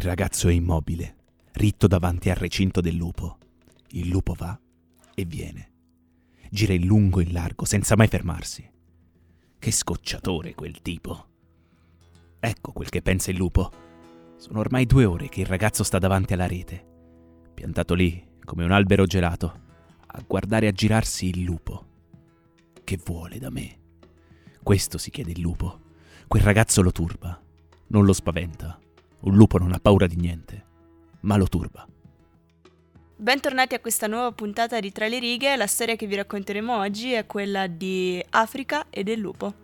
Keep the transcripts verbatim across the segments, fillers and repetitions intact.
ragazzo è immobile, ritto davanti al recinto del lupo. Il lupo va e viene. Gira in lungo e in largo, senza mai fermarsi. Che scocciatore quel tipo. Ecco quel che pensa il lupo. Sono ormai due ore che il ragazzo sta davanti alla rete, piantato lì, come un albero gelato, a guardare aggirarsi il lupo. Che vuole da me? Questo si chiede il lupo. Quel ragazzo lo turba, non lo spaventa. Un lupo non ha paura di niente, ma lo turba. Bentornati a questa nuova puntata di Tra le righe. La storia che vi racconteremo oggi è quella di Africa e del lupo.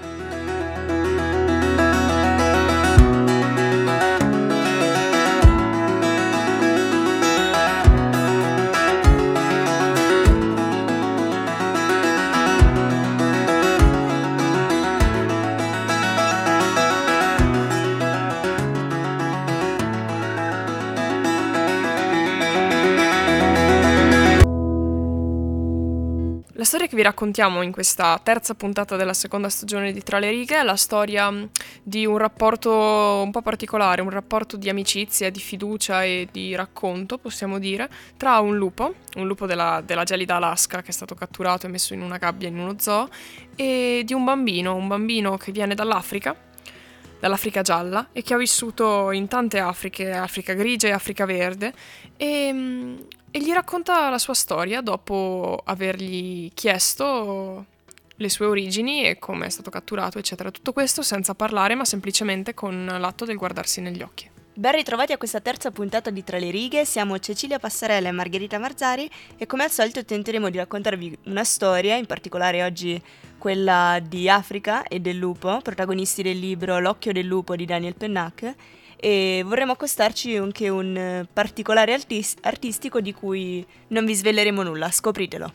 La storia che vi raccontiamo in questa terza puntata della seconda stagione di Tra le righe è la storia di un rapporto un po' particolare, un rapporto di amicizia, di fiducia e di racconto, possiamo dire, tra un lupo, un lupo della, della gelida Alaska che è stato catturato e messo in una gabbia in uno zoo, e di un bambino, un bambino che viene dall'Africa, dall'Africa gialla, e che ha vissuto in tante Afriche, Africa grigia e Africa verde, e... E gli racconta la sua storia dopo avergli chiesto le sue origini e come è stato catturato, eccetera. Tutto questo senza parlare, ma semplicemente con l'atto del guardarsi negli occhi. Ben ritrovati a questa terza puntata di Tra le righe. Siamo Cecilia Passarella e Margherita Marzari e come al solito tenteremo di raccontarvi una storia, in particolare oggi quella di Africa e del lupo, protagonisti del libro L'occhio del lupo di Daniel Pennac. E vorremmo accostarci anche un particolare artis- artistico di cui non vi sveleremo nulla, scopritelo.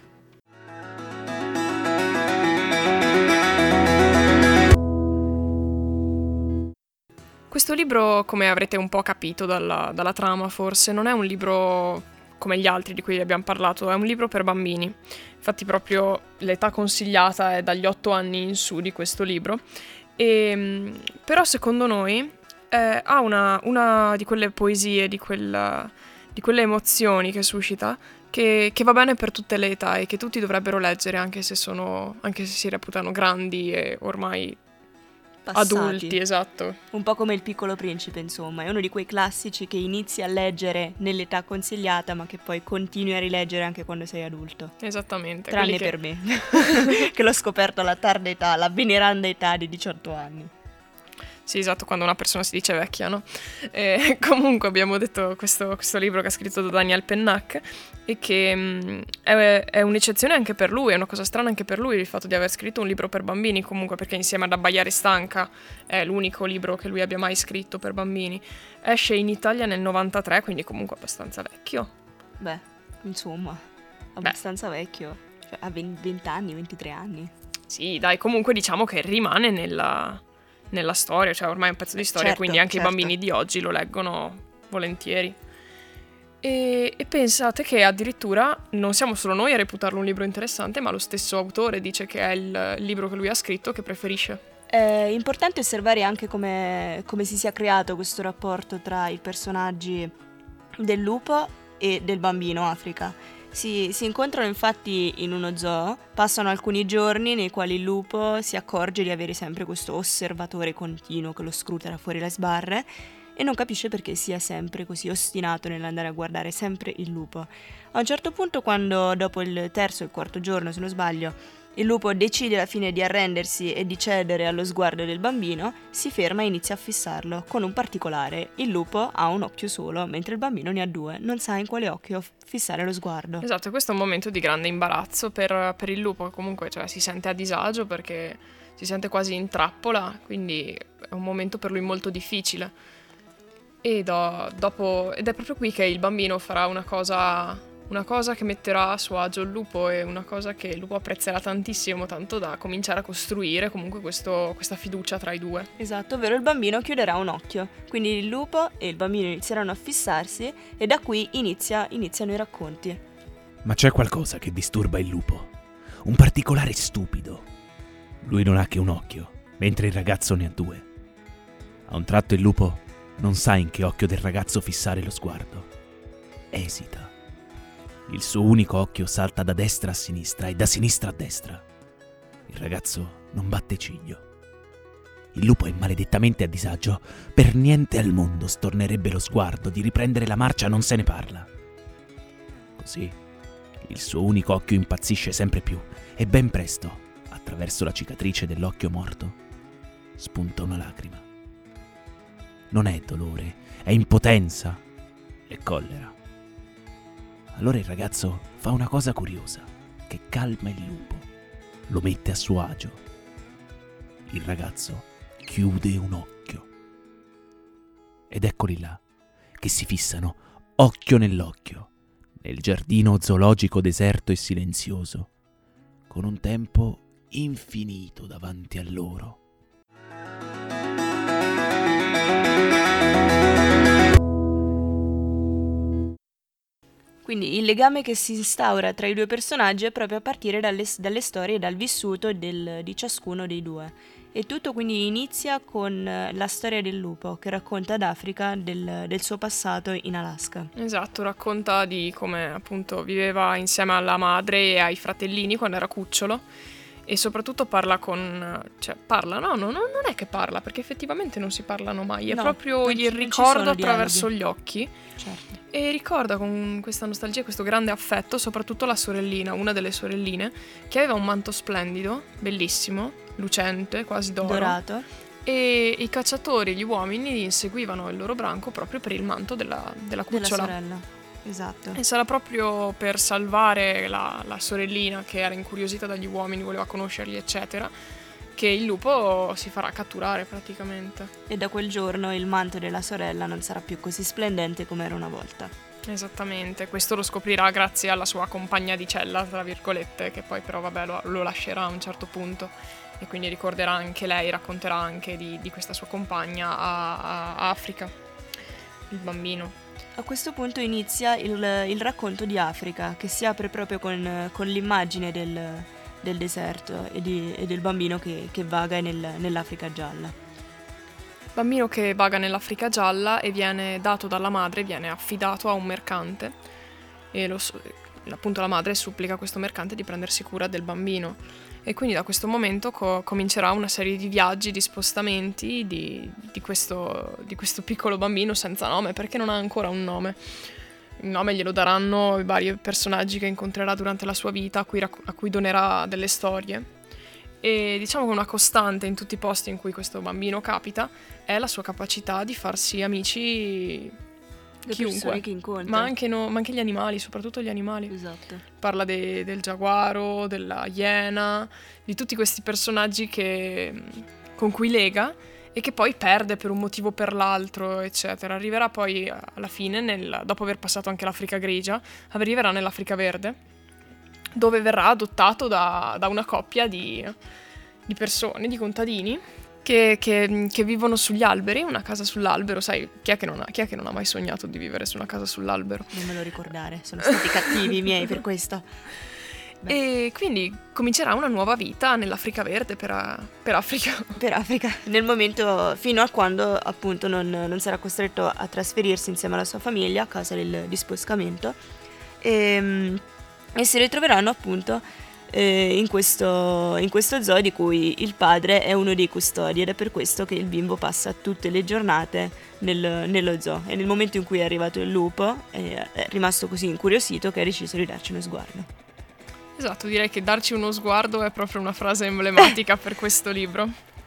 Questo libro, come avrete un po' capito dalla, dalla trama forse, non è un libro come gli altri di cui abbiamo parlato, è un libro per bambini. Infatti proprio l'età consigliata è dagli otto anni in su di questo libro. E, però secondo noi Eh, ha una, una di quelle poesie, di, quella, di quelle emozioni che suscita, che, che va bene per tutte le età e che tutti dovrebbero leggere, anche se sono, anche se si reputano grandi e ormai Passati. Adulti, esatto. Un po' come Il Piccolo Principe, insomma, è uno di quei classici che inizi a leggere nell'età consigliata, ma che poi continui a rileggere anche quando sei adulto. Esattamente. Tranne che... per me, che l'ho scoperto alla tarda età, alla veneranda età di diciotto anni. Sì, esatto, quando una persona si dice vecchia, no? E comunque abbiamo detto questo, questo libro che ha scritto da Daniel Pennac e che mh, è, è un'eccezione anche per lui, è una cosa strana anche per lui il fatto di aver scritto un libro per bambini, comunque, perché insieme ad Abbaiare stanca è l'unico libro che lui abbia mai scritto per bambini. Esce in Italia nel novantatré, quindi comunque abbastanza vecchio. Beh, insomma, abbastanza Beh. vecchio, cioè ha venti anni, ventitré anni. Sì, dai, comunque diciamo che rimane nella... nella storia, cioè ormai è un pezzo di storia, certo, quindi anche certo. i bambini di oggi lo leggono volentieri. E, e pensate che addirittura non siamo solo noi a reputarlo un libro interessante, ma lo stesso autore dice che è il libro che lui ha scritto che preferisce. È importante osservare anche come, come si sia creato questo rapporto tra i personaggi del lupo e del bambino Africa. Si, si incontrano infatti in uno zoo, passano alcuni giorni nei quali il lupo si accorge di avere sempre questo osservatore continuo che lo scruta da fuori le sbarre e non capisce perché sia sempre così ostinato nell'andare a guardare sempre il lupo. A un certo punto, quando dopo il terzo o il quarto giorno, se non sbaglio, il lupo decide alla fine di arrendersi e di cedere allo sguardo del bambino, si ferma e inizia a fissarlo, con un particolare: il lupo ha un occhio solo, mentre il bambino ne ha due, non sa in quale occhio fissare lo sguardo. Esatto, questo è un momento di grande imbarazzo per, per il lupo, comunque cioè, si sente a disagio perché si sente quasi in trappola, quindi è un momento per lui molto difficile. E do, dopo, ed è proprio qui che il bambino farà una cosa... Una cosa che metterà a suo agio il lupo e una cosa che il lupo apprezzerà tantissimo, tanto da cominciare a costruire comunque questo, questa fiducia tra i due. Esatto, ovvero il bambino chiuderà un occhio, quindi il lupo e il bambino inizieranno a fissarsi e da qui inizia, iniziano i racconti. Ma c'è qualcosa che disturba il lupo, un particolare stupido. Lui non ha che un occhio, mentre il ragazzo ne ha due. A un tratto il lupo Non sa in che occhio del ragazzo fissare lo sguardo. Esita. Il suo unico occhio salta da destra a sinistra e da sinistra a destra. Il ragazzo non batte ciglio. Il lupo è maledettamente a disagio. Per niente al mondo stornerebbe lo sguardo, di riprendere la marcia non se ne parla. Così il suo unico occhio impazzisce sempre più e ben presto, attraverso la cicatrice dell'occhio morto, spunta una lacrima. Non è dolore, è impotenza, è collera. Allora il ragazzo fa una cosa curiosa, che calma il lupo, lo mette a suo agio. Il ragazzo chiude un occhio. Ed eccoli là, che si fissano, occhio nell'occhio, nel giardino zoologico deserto e silenzioso, con un tempo infinito davanti a loro. Quindi il legame che si instaura tra i due personaggi è proprio a partire dalle, dalle storie e dal vissuto del, di ciascuno dei due. E tutto quindi inizia con la storia del lupo, che racconta ad Africa del, del suo passato in Alaska. Esatto, racconta di come appunto viveva insieme alla madre e ai fratellini quando era cucciolo. E soprattutto parla con... cioè parla, no, no, non è che parla, perché effettivamente non si parlano mai, è No, proprio non il ci- non ci ricordo sono attraverso dialoghi. gli occhi. Certo. E ricorda con questa nostalgia, questo grande affetto, soprattutto la sorellina, una delle sorelline, che aveva un manto splendido, bellissimo, lucente, quasi d'oro. Dorato. E i cacciatori, gli uomini, inseguivano il loro branco proprio per il manto della, della Della cucciola. sorella. Esatto. E sarà proprio per salvare la, la sorellina, che era incuriosita dagli uomini, voleva conoscerli, eccetera, che il lupo si farà catturare praticamente. E da quel giorno il manto della sorella non sarà più così splendente come era una volta. Esattamente, questo lo scoprirà grazie alla sua compagna di cella, tra virgolette, che poi però vabbè lo, lo lascerà a un certo punto e quindi ricorderà anche lei, racconterà anche di, di questa sua compagna a, a, a Africa, il bambino. A questo punto inizia il, il racconto di Africa, che si apre proprio con, con l'immagine del, del deserto e, di, e del bambino che, che vaga nel, nell'Africa gialla. Bambino che vaga nell'Africa gialla e viene dato dalla madre, viene affidato a un mercante e lo, appunto la madre supplica a questo mercante di prendersi cura del bambino. E quindi da questo momento co- comincerà una serie di viaggi, di spostamenti di, di, questo, di questo piccolo bambino senza nome, perché non ha ancora un nome. Il nome glielo daranno i vari personaggi che incontrerà durante la sua vita, a cui, racc- a cui donerà delle storie. E diciamo che una costante in tutti i posti in cui questo bambino capita è la sua capacità di farsi amici Le chiunque, persone che incontra. ma anche, no, ma anche gli animali, soprattutto gli animali. Esatto. Parla de- del giaguaro, della iena, di tutti questi personaggi che, con cui lega e che poi perde per un motivo o per l'altro, eccetera. Arriverà poi alla fine, nel, dopo aver passato anche l'Africa grigia, arriverà nell'Africa verde, dove verrà adottato da, da una coppia di, di persone, di contadini, Che, che, che vivono sugli alberi, una casa sull'albero, sai, chi è, che non ha, chi è che non ha mai sognato di vivere su una casa sull'albero? Non me lo ricordare, sono stati cattivi i miei per questo. Beh. E quindi comincerà una nuova vita nell'Africa verde per, per Africa. Per Africa, nel momento fino a quando appunto non, non sarà costretto a trasferirsi insieme alla sua famiglia a causa del disboscamento e, e si ritroveranno appunto eh, in, questo, in questo zoo di cui il padre è uno dei custodi ed è per questo che il bimbo passa tutte le giornate nel, nello zoo e nel momento in cui è arrivato il lupo è, è rimasto così incuriosito che ha deciso di darci uno sguardo. Esatto, direi che darci uno sguardo è proprio una frase emblematica per questo libro.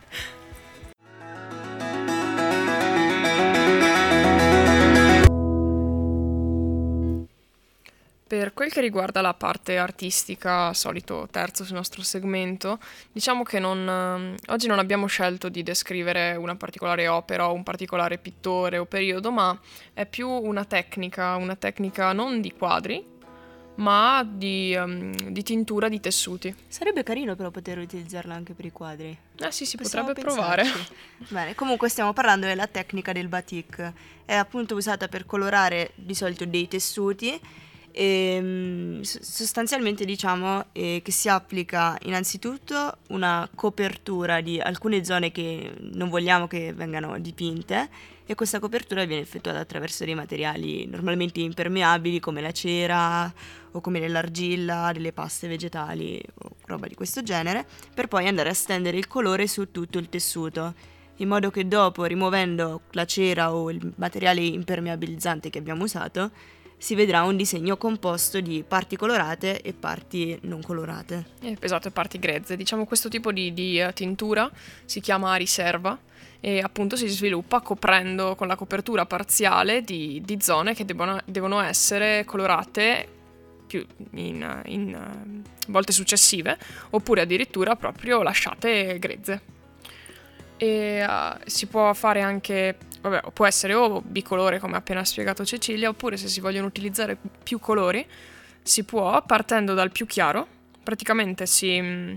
Per quel che riguarda la parte artistica, solito terzo sul nostro segmento, diciamo che non, oggi non abbiamo scelto di descrivere una particolare opera o un particolare pittore o periodo, ma è più una tecnica, una tecnica non di quadri, ma di, um, di tintura di tessuti. Sarebbe carino però poter utilizzarla anche per i quadri. Eh sì, si Possiamo potrebbe provare. pensarci. Bene, comunque stiamo parlando della tecnica del batik. È appunto usata per colorare di solito dei tessuti E, mm, s- sostanzialmente diciamo eh, che si applica innanzitutto una copertura di alcune zone che non vogliamo che vengano dipinte, e questa copertura viene effettuata attraverso dei materiali normalmente impermeabili come la cera o come dell'argilla, delle paste vegetali o roba di questo genere, per poi andare a stendere il colore su tutto il tessuto, in modo che dopo, rimuovendo la cera o il materiale impermeabilizzante che abbiamo usato, si vedrà un disegno composto di parti colorate e parti non colorate. Eh, esatto, e parti grezze. Diciamo questo tipo di, di eh, tintura si chiama riserva e appunto si sviluppa coprendo con la copertura parziale di, di zone che debbono, devono essere colorate più in, in eh, volte successive, oppure addirittura proprio lasciate grezze. E uh, si può fare anche, vabbè, può essere o bicolore come ha appena spiegato Cecilia, oppure se si vogliono utilizzare più colori si può, partendo dal più chiaro, praticamente si, mh,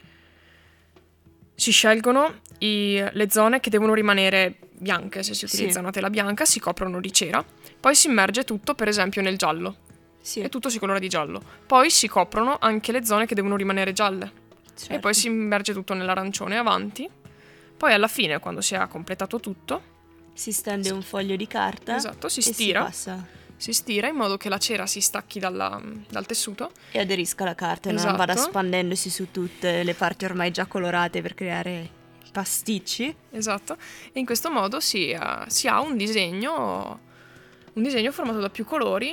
si scelgono i, le zone che devono rimanere bianche. Se si utilizza Sì. una tela bianca si coprono di cera, poi si immerge tutto per esempio nel giallo Sì, e tutto si colora di giallo, poi si coprono anche le zone che devono rimanere gialle certo. e poi si immerge tutto nell'arancione avanti. Poi alla fine, quando si ha completato tutto, si stende un foglio di carta, esatto, si e stira, si passa si stira in modo che la cera si stacchi dalla- dal tessuto. e aderisca alla carta e non Esatto. vada spandendosi su tutte le parti ormai già colorate per creare pasticci. Esatto, e in questo modo si, eh, si ha un disegno, un disegno formato da più colori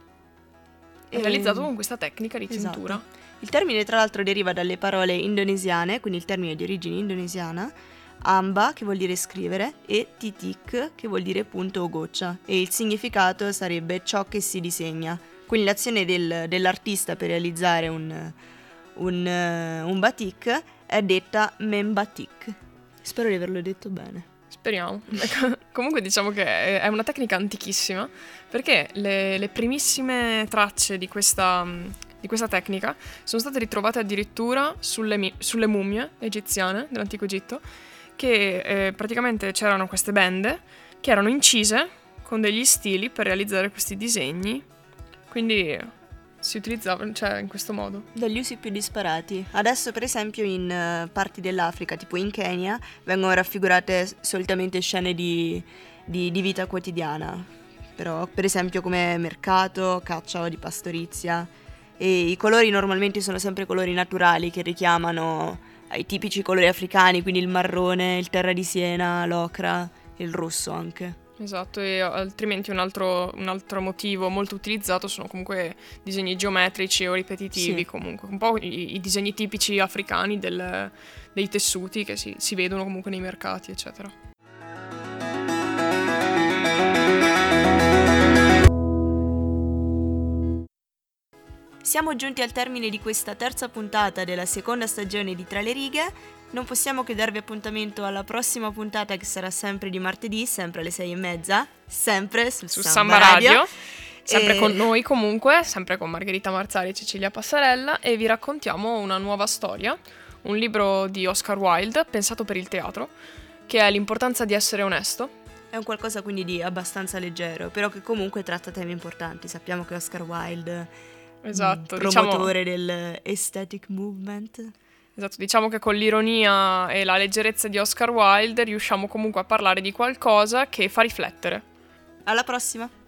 e E- realizzato con questa tecnica di Esatto. tintura. Il termine tra l'altro deriva dalle parole indonesiane, quindi il termine di origine indonesiana, amba, che vuol dire scrivere, e titik, che vuol dire punto o goccia, e il significato sarebbe ciò che si disegna. Quindi l'azione del- dell'artista per realizzare un, un, eh, un batik è detta membatik. Spero di averlo detto bene. Speriamo. Ecco, comunque diciamo che è è una tecnica antichissima, perché le, le primissime tracce di questa, di questa tecnica sono state ritrovate addirittura sulle, mi- sulle mummie egiziane dell'antico Egitto, che eh, praticamente c'erano queste bende che erano incise con degli stili per realizzare questi disegni, quindi si utilizzavano, cioè, in questo modo. Dagli usi più disparati. Adesso, per esempio, in eh, parti dell'Africa, tipo in Kenya, vengono raffigurate s- solitamente scene di, di- di vita quotidiana. Però, per esempio, come mercato, caccia o di pastorizia. E i colori normalmente sono sempre colori naturali che richiamano ai tipici colori africani, quindi il marrone, il terra di siena, l'ocra e il rosso anche. Esatto, e altrimenti un altro, un altro motivo molto utilizzato sono comunque disegni geometrici o ripetitivi, Sì. comunque, un po' i, i disegni tipici africani del- dei tessuti che si, si vedono comunque nei mercati, eccetera. Siamo giunti al termine di questa terza puntata della seconda stagione di Tra le righe. Non possiamo che darvi appuntamento alla prossima puntata, che sarà sempre di martedì, sempre alle sei e mezza, sempre su, Su Samba Samba Radio, sempre E- con noi comunque, sempre con Margherita Marzari e Cecilia Passarella, e vi raccontiamo una nuova storia, un libro di Oscar Wilde pensato per il teatro, che è L'importanza di essere onesto. È un qualcosa quindi di abbastanza leggero, però che comunque tratta temi importanti. Sappiamo che Oscar Wilde, Esatto, mm, diciamo, promotore del aesthetic movement. esatto, diciamo che con l'ironia e la leggerezza di Oscar Wilde riusciamo comunque a parlare di qualcosa che fa riflettere. Alla prossima!